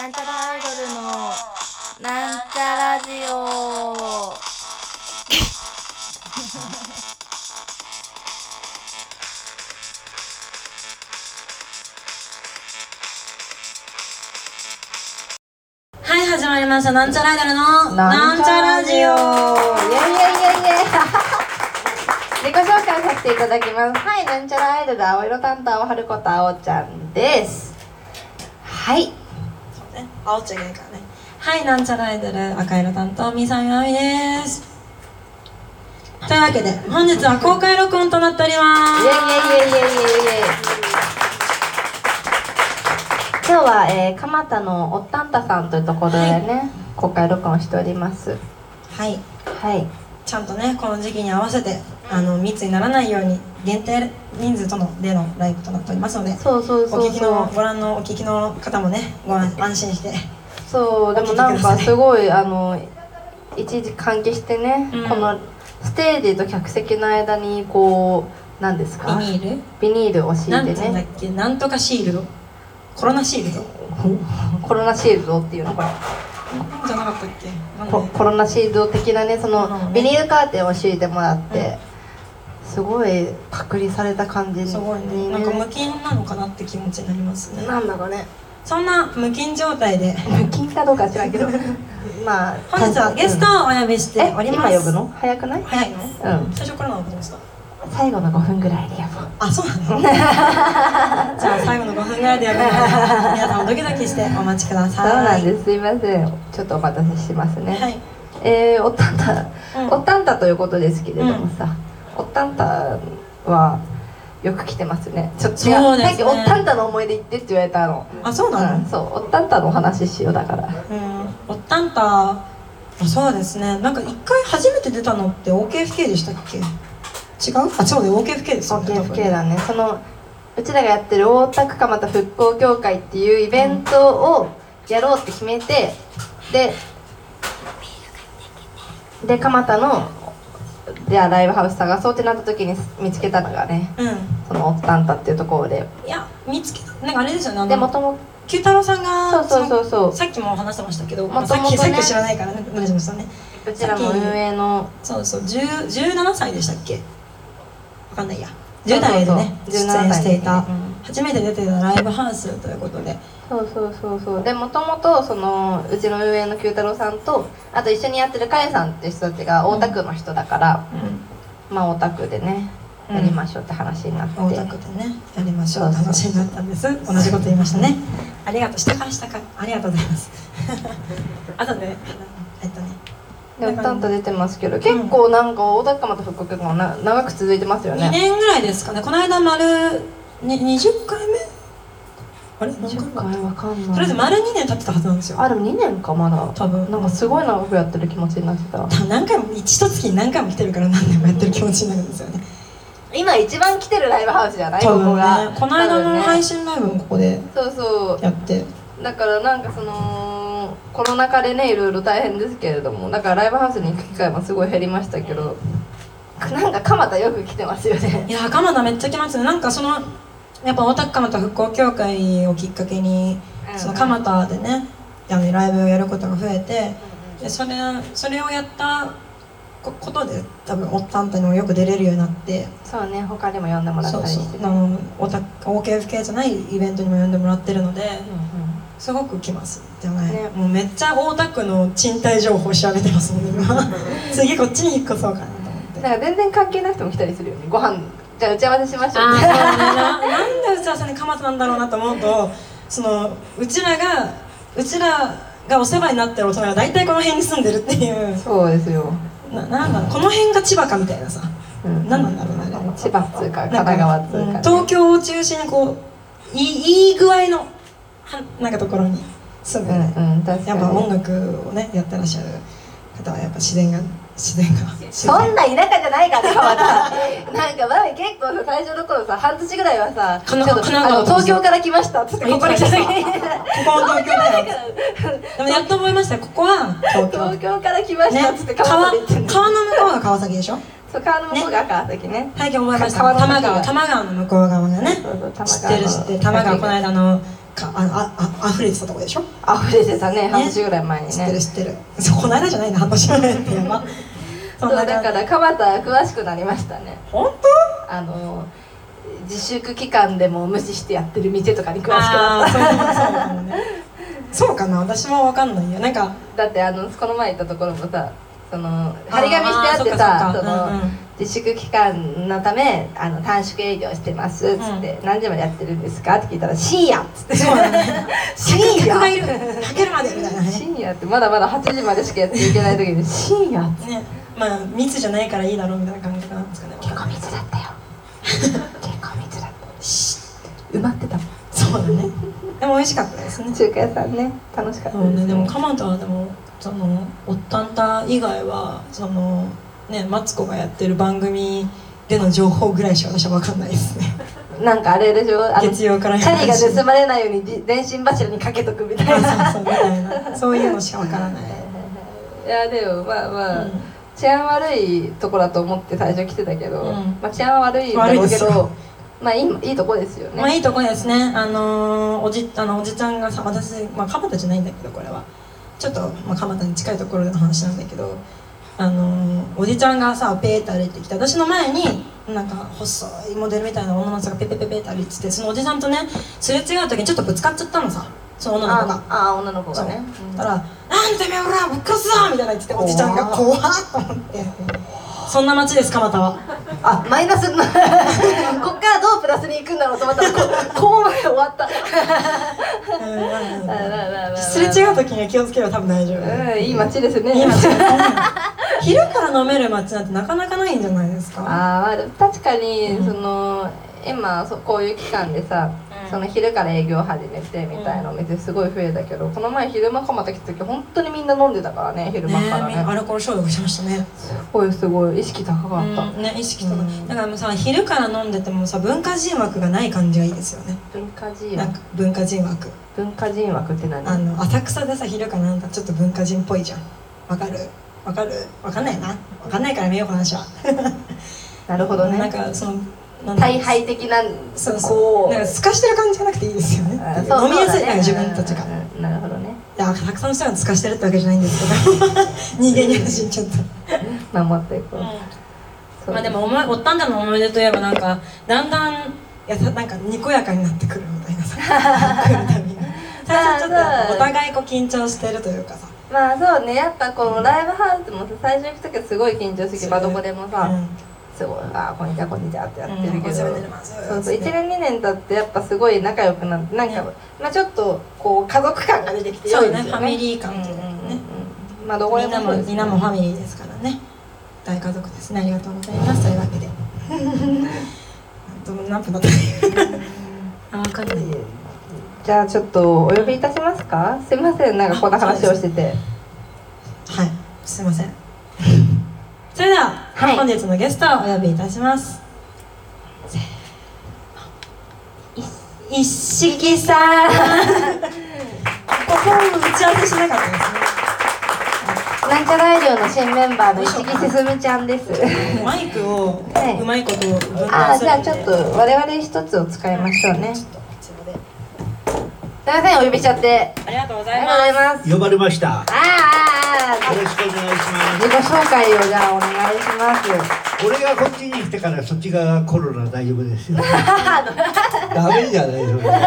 なんちゃらアイドルのなんちゃラジオ。 はい、始まりました。なんちゃらアイドルのなんちゃラジオ。 イエイイエイイエイ自己紹介させていただきます。はい、なんちゃらアイドル青色担当春子とあおちゃんです。はい。 そうね、あおちゃんがいるからね。はい、なんちゃらアイドル赤色担当みさみあみです。というわけで本日は公開録音となっております。 イエイイエイイエイイエイイエイ。今日は、蒲田のおったんたさんというところでね、公開録音しております。 はいはい。 ちゃんとね、この時期に合わせて密にならないように限定人数とのでのライブとなっておりますので、 そうそうそうそう、 ご覧のお聞きの方もね、安心して。 そう、でもなんかすごい一時換気してね、このステージと客席の間にこう何ですか、 ビニールを敷いてね、 なんていうんだっけ、なんとかシールド、コロナシールドコロナシールドっていうの、これじゃなかったっけ、 コロナシールド的なね、そのビニールカーテンを敷いてもらって、すごい隔離された感じに、 すごいね、なんか無菌なのかなって気持ちになりますね。 なんだかね、 そんな無菌状態で無菌かどうか知らんけどまあ本日はゲストをお呼びしております。 今呼ぶの早くない？ 早いの？最初からなのかと思ってた。 最後の5分ぐらいで呼ぶ。 あ、そうなの？じゃあ最後の5分ぐらいで呼ぶので皆さんもドキドキしてお待ちください。 そうなんです、すいません、ちょっとお待たせしますね。 はい。 おったんたということですけれどもさ、おったんたはよく来てますね。ちょっとそうですね、 さっきおったんたの思い出言ってって言われたの。 あ、そうなの？ そう、おったんたのお話ししようだから。 おったんた、そうですね、なんか一回初めて出たのって OKFK でしたっけ？違う？あ、そうね、OKFK ですよね。 OKFK だね。そのうちらがやってる大田区蒲田復興協会っていうイベントをやろうって決めて、で蒲田のじゃあライブハウス探そうってなった時に見つけたのがね、そのおったんたっていうところで、 いや、見つけた、なんかあれですよね、 でもとも九太郎さんがそうさっきも話してましたけど、 ね、 さっき知らないからね、話しましたね。 うちらの運営のそうそう、17歳でしたっけ、わかんないや、10代でね出演していた、初めて出てたライブハウスということで、 そうで、もともとそのうちの運営の九太郎さんと、あと一緒にやってるかえさんっていう人たちが大田区の人だから、まあ大田区でねやりましょうって話になって、 大田区でねやりましょうって話になったんです。同じこと言いましたね。ありがとう、下からありがとうございます。あとででおったんた出てますけど、結構なんか大田区蒲田復興協会も長く続いてますよね。 2年ぐらいですかね。この間丸20回目、あれ 20回わかんない。 とりあえず丸2年経ってたはずなんですよ。 あ、でも2年か、まだ多分。 なんかすごい長くやってる気持ちになってた。 何回も一月に何回も来てるから何年もやってる気持ちになるんですよね。 今一番来てるライブハウスじゃない？ 多分ね、 ここがこの間の配信ライブもここでやって、 だからなんかそのコロナ禍でねいろいろ大変ですけれども、だからライブハウスに行く機会もすごい減りましたけど、なんか蒲田よく来てますよね。 いや、蒲田めっちゃ来ますね。なんかそのやっぱ大田区蒲田復興協会をきっかけに、その蒲田でねライブをやることが増えて、でそれをやったことで多分おったんたにもよく出れるようになって、 そうね、他にも呼んでもらったりして、 OKFK じゃないイベントにも呼んでもらってるので、すごく来ます。でもね、もうめっちゃ大田区の賃貸情報調べてますもんね今。次こっちに引っ越そうかなと思って。 なんか全然関係なくても来たりするよね。ご飯じゃあ打ち合わせしましょうって。 なんで打ち合わせに蒲田なんだろうなと思うと、そのうちらがお世話になってる大人が大体この辺に住んでるっていう。 そうですよ。 なんだろう、この辺が千葉かみたいなさ、何なんだろうね、 千葉っつうか神奈川っつうか、 東京を中心にこういい具合のなんかところに住む、やっぱ音楽をねやってらっしゃる方はやっぱ自然がそんな田舎じゃないからね、蒲田。なんか前結構さ、最初の頃さ、半年ぐらいはさ、ちょっと東京から来ましたっつってここに来た時に、ここは東京だよ。でもやっと思いましたよ、ここは東京から来ましたっつって川の向こうが川崎でしょ。 そう、川の向こうが川崎ね。 最近思いました。多摩川の向こう側がね、知ってる多摩川、この間溢れてたとこでしょ。 溢れてたね、半年ぐらい前にね。 知ってる知ってる。そう、この間じゃないな、半年前ってやば。 そうだから蒲田詳しくなりましたね。 本自粛期間でも無視してやってる店とかに詳しく当？ なった。 そうかもね。そうかな、私もわかんないよ。なんかだってこの前行ったところもさ、その張り紙してあってさ、その自粛期間のため短縮営業してますっつって、何時までやってるんですかって聞いたら深夜っつって。 そうだね。 深夜がいる。かけるまでみたいなね。 深夜ってまだまだ8時までしかやっていけない時に深夜っつって。 ね、まあ密じゃないからいいだろうみたいな感覚なんですかね。 結構密だったよ。結構密だった。埋まってたもん。 そうだね。でも美味しかったですね。 中華屋さんね、楽しかったですね。 でも蒲田はでもおったんた以外はマツコがやってる番組での情報ぐらいしか私は分かんないですね。 なんかあれでしょ、 月曜からチャリが盗まれないように電信柱にかけとくみたいな。 そうみたいな、そういうのしか分からない。 いやでもまあ、治安悪いとこだと思って最初来てたけど、治安は悪いんだろうけど、まあいいとこですよね。 まあいいとこですね。おじちゃんがさ、私蒲田じゃないんだけど、これはちょっと蒲田に近いところでの話なんだけど、おじちゃんがさペーって歩いてきて、私の前になんか細いモデルみたいな女の人がペペペペって歩いてて、そのおじさんとねすれ違う時にちょっとぶつかっちゃったのさ、その女の子が。 女の子がね。 だから「なんてめおらぶっかすぞ!」みたいな言ってて、おじちゃんが怖っと思って。そんな街です、蒲田は。 マイナスなこっからどうプラスに行くんだろうと思ったらこうまで終わった。 すれ違う時には気をつければ多分大丈夫。 いい街ですね。 いい街ですね。昼から飲める街なんてなかなかないんじゃないですか。 確かに今こういう期間でさ、その昼から営業始めてみたいなお店すごい増えたけど、この前昼間蒲田来た時本当にみんな飲んでたからね、昼間からね。 アルコール消毒しましたね。 すごい意識高かったね。意識高かった。だからもうさ、昼から飲んでてもさ、文化人枠がない感じがいいですよね。 文化人枠って何？ 浅草でさ、昼からなんだちょっと文化人っぽいじゃん。わかる？わかんないな。わかんないから見よう話は。 なるほどね。 なんか大敗的な、 こうなんか透かしてる感じじゃなくていいですよね。飲みやすいから自分たちが。 なるほどね。 いや、たくさんの人が透かしてるってわけじゃないんですけど、人間に走っちゃった。 守っていこう。まあでもおったんだの思い出といえば、なんかだんだんなんかにこやかになってくるみたいなさ。来るたびに。最初ちょっとお互い緊張してるというかさ。 まあそうね、やっぱこのライブハウスもさ、最初行く時はすごい緊張して、どこでもさ。すごいこんにちはこんにちはってやってるけど、そう1年2年経ってやっぱすごい仲良くなって、なんかちょっとこう家族感が出てきて、 そうね、ファミリー感っていうね。 まあどこでもみんなもファミリーですからね。大家族ですね。ありがとうございます。というわけで何分だった？分かんない。 じゃあちょっとお呼びいたしますか？すいません、なんかこんな話をしてて。 はい、すいません。それでは、本日のゲストをお呼びいたします。一色さん。ここ打ち合わせしなかったですね。 なんちゃら医療の新メンバーの一色すすむちゃんです。 マイクをうまいこと分担する。じゃあちょっと我々一つを使いましょうね。すいません、お呼びしちゃって。 ありがとうございます。 呼ばれました。よろしくお願いします。 自己紹介をじゃあお願いします。 俺がこっちに来てからそっちがコロナ大丈夫ですよ。ダメじゃないですか。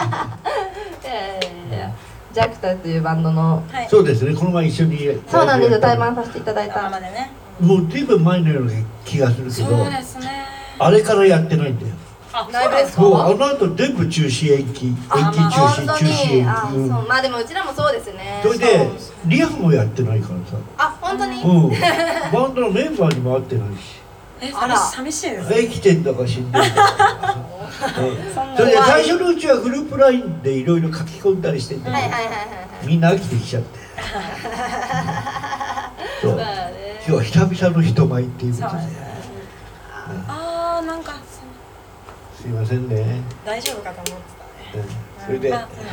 ジャクタというバンドの。 そうですね、この前一緒に。 そうなんですよ、対バンさせていただいた。 もうずいぶん前のような気がするけど。 そうですね。 あれからやってないんだよ。 ライブですか？ もうあの後全部中止延期中止延期。 まあでもうちらもそうですね。 それでリハもやってないからさ。 本当に？ バンドのメンバーにも会ってないし。 寂しいですね。 生きてんだか死んでんだか。それで最初のうちはグループラインでいろいろ書き込んだりしてて、みんな飽きてきちゃって。そう。今日は久々の人前っていうことで。 なんか。 すいませんね。 大丈夫かと思ってたね。 それで、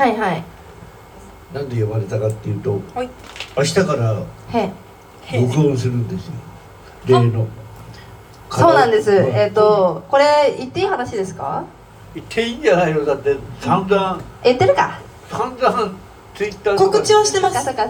なんで呼ばれたかっていうと、明日から録音するんですよ。例の。 そうなんです。これ言っていい話ですか？ 言っていいんじゃないの？だって散々 言ってるか。 ツイッターとか告知をしてます。 そっか。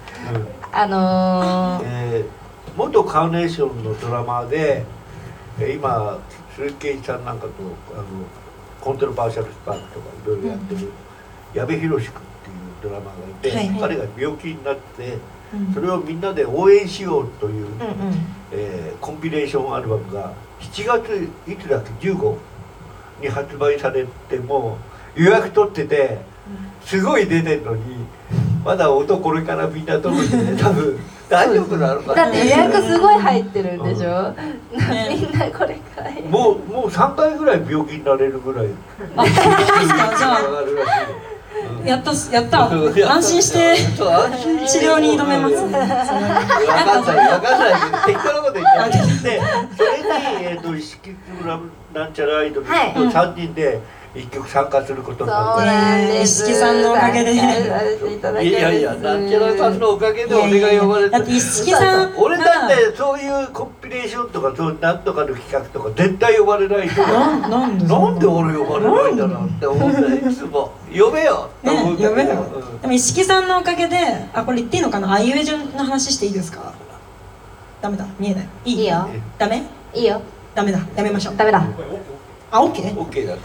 元カーネーションのドラマーで今鈴木圭一さんなんかとコントロバーシャルスパークとかいろいろやってる矢部寛君っていうドラマーがいて、彼が病気になって、それをみんなで応援しようという、コンピレーションアルバムが7月いつだっけ15に発売されて、もう予約取っててすごい出てるのにまだ音これからみんな取るんで多分大丈夫なのかな。 だって予約すごい入ってるんでしょ、みんなこれからもう3回ぐらい病気になれるぐらいあ、そうですか。じゃあやった安心して治療に挑めますね。 分かんない適当なこと言ってで、それに石木なんちゃらアイドルと3人で一曲参加することになって、 石木さんのおかげで。 いやなんちゃらさんのおかげで俺が呼ばれて、 だって石木さん俺だってそういうコンピレーションとかそうなんとかの企画とか絶対呼ばれないとなんで俺呼ばれないんだろうって思っていつも呼べよって思うんだけど、 でも石木さんのおかげで、これ言っていいのかな、あいうえ順の話していいですか？ダメだ、見えない。いいよ。 ダメ？ いいよ。 ダメだ、やめましょう。 ダメだ。 オッケー？ オッケーだって。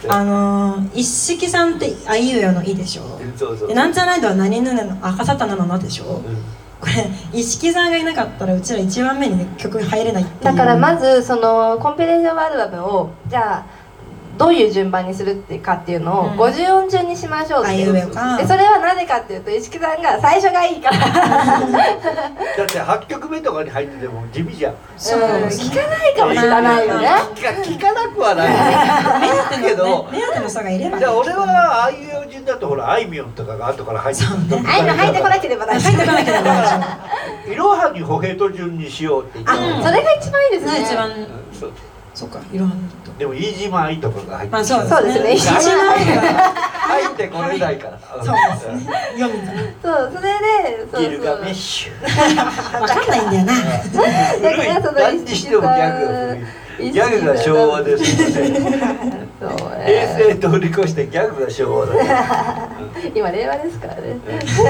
一色さんってあいうえおのいいでしょ。でなんちゃらアイドルは何ぬねの赤サタナのでしょ。これ一色さんがいなかったらうちら1番目に、ね、曲入れないっていう。 だからまずそのコンピレーションアルバムをじゃあどういう順番にするかっていうのを50音順にしましょうっていう、でそれはなぜかっていうと石木さんが最初がいいからだって8曲目とかに入ってても地味じゃん。 聞かないかもしれないよね。 聞かなくはないけど、 目当ての差がいれば。 じゃあ俺はああいう順だとほらあいみょんとかが後から入ってくる。 あいみょん入ってこなければ大丈夫。 いろはに歩兵と順にしようって言って。 それが一番いいですね。 一番。そうか、いろはにと。 でも飯島愛とかが入って。 そうですね。飯島愛入ってこれないから。 そうですね。読みそう、それで。 ギルガメッシュ。わかんないんだよな。 だからその何にしてもギャグが昭和ですので。平成通り越してギャグが昭和だ。 今令和ですからね。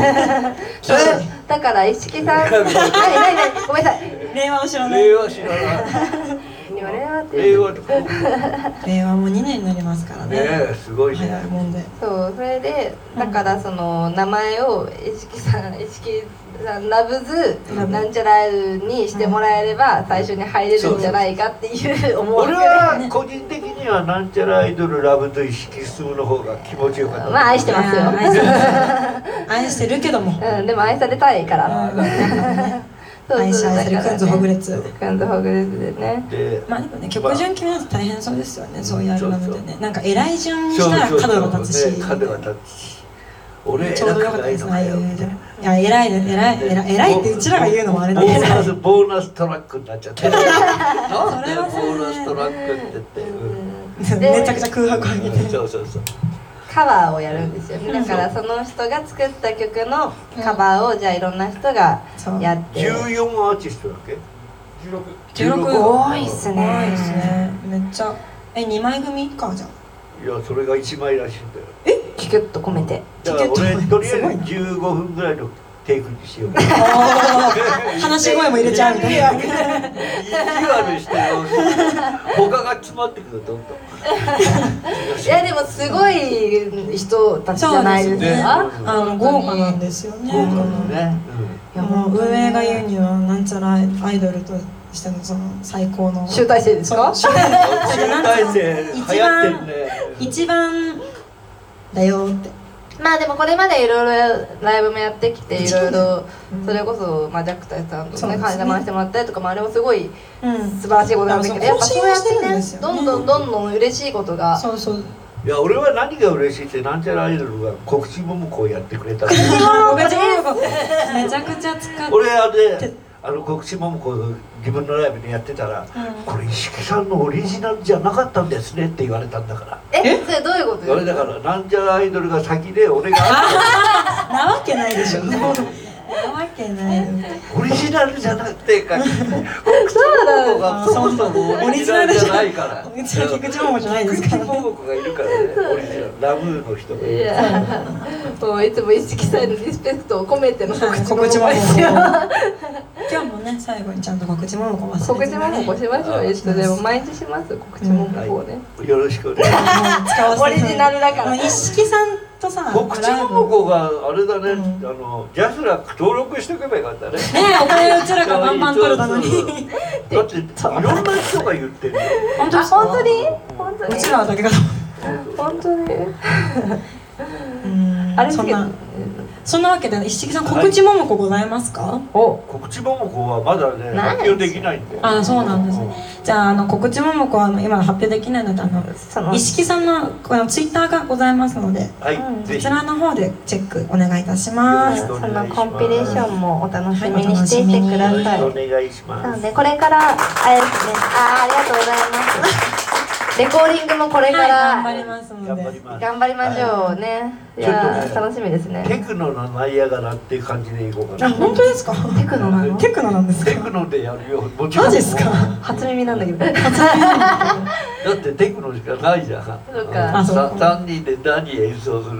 だから石木さん。ごめんなさい。 令和を知らない。 令和知らない。 今令和って令和とか令和も2年になりますからね。 ね、すごいね。 早いもんで。 そう、それでだからその名前を石木さんラブズなんちゃらアイドルにしてもらえれば最初に入れるんじゃないかっていう思い。 俺は個人的にはなんちゃらアイドルラブズ石木進の方が気持ちよかった。 まあ愛してますよ。 愛してるけども。 でも愛されたいから。 愛されるくんずほぐれつ。 くんずほぐれつでね。 まあでもね、曲順決めないと大変そうですよね、そういうアルバムでね。なんか偉い順にしたら角が立つし。 角が立つし。俺ちょうどよかったですね、ああいうじゃ。いや、偉いってうちらが言うのもあれだけど。 ボーナストラックになっちゃって。なんでボーナストラックって言って。 めちゃくちゃ空白上げて。 そう。 カバーをやるんですよね。だからその人が作った曲のカバーをじゃあいろんな人がやって。 14アーティストだっけ ？16。 多いっすね。 多いっすね。めっちゃ。2枚組かじゃん。 いや、それが1枚らしいんだよ。 キュキュッと込めて。 だから俺とりあえず15分ぐらいのテイクにしよう。 話し声も入れちゃうみたいな。 意地悪してよ。他が詰まってくるどんどん。 いやでもすごい人たちじゃないですか。 豪華なんですよね。 豪華だね。 いやもう運営が言うにはなんちゃらアイドルとしてのその最高の集大成ですか？ 集大成流行ってるね。 一番だよって。 まあでもこれまでいろいろライブもやってきていろいろそれこそジャックタイさんとね会社回してもらったりとかもあれもすごい素晴らしいことなんだけど、やっぱそうやってねどんどん嬉しいことが。 いや俺は何が嬉しいってなんちゃらアイドルが告知も向こうやってくれた。 めちゃくちゃ使って。 俺告知もこう自分のライブでやってたら、これ石木さんのオリジナルじゃなかったんですねって言われたんだから。 それどういうこと？ 俺だからなんちゃらアイドルが先で俺がなわけないでしょ。なわけないよ。 オリジナルじゃなくてかそうだ桃子がそもそもオリジナルじゃないからうちは菊池桃じゃないですからね。 桃子がいるからね、オリジナルラムーの人がいる。 いやもういつも一色さんのリスペクトを込めての告知告知桃子。 ですよ。 今日もね、最後にちゃんと告知桃子忘れずにね。 告知もこしましょうよ。ちょっとでも毎日します告知もこうね。 よろしくお願いします。 使わせてオリジナルだから。 一色さんとさ、 告知桃子があれだね、ジャスラック登録しておけばよかったね。 ねえ、お金うちらがバンバン取るたのに。 だっていろんな人が言ってるよ。 本当ですか？ 本当に本当にうちらだけかと。 本当にあれそんなわけで一色さん、告知桃子ございますか？ 告知桃子はまだね発表できないんだよ。 あ、そうなんですね。じゃあ告知桃子は今発表できないので一色さんのツイッターがございますので、そちらの方でチェックお願いいたします。 そのコンピレーションもお楽しみにしていてください。 お願いします。 なのでこれからあれですね。ありがとうございます。レコーディングもこれから頑張りますので頑張りましょうね。いや楽しみですね。 テクノのナイアガラっていう感じでいこうかな。 本当ですか？ テクノなの？ テクノなんですか？ テクノでやるよ。もちろん。 マジですか？ 初耳なんだけど。 だってテクノしかないじゃん。 そうか。 3人で何演奏するの？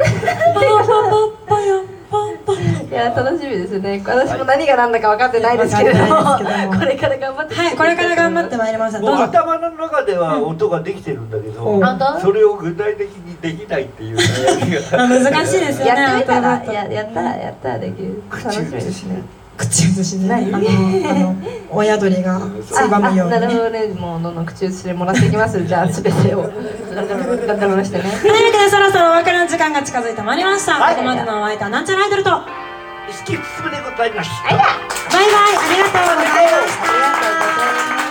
いや楽しみですね。私も何が何だか分かってないですけれども、これから頑張って。 はい、これから頑張ってまいります。 もう頭の中では音ができてるんだけど、それを具体的にできないっていう悩みが難しいですよね。 やってみたらやったらできる。楽しみですね。 口移しで親鳥がつばむようにね。 なるほどね。もうどんどん口移しでもらっていきます。じゃあ全てをガンガンしてね。 というわけでそろそろお別れの時間が近づいてまいりました。ここまでのお相手はなんちゃらアイドルと意識進めでございます。 バイバイ、ありがとうございました。 ありがとうございます。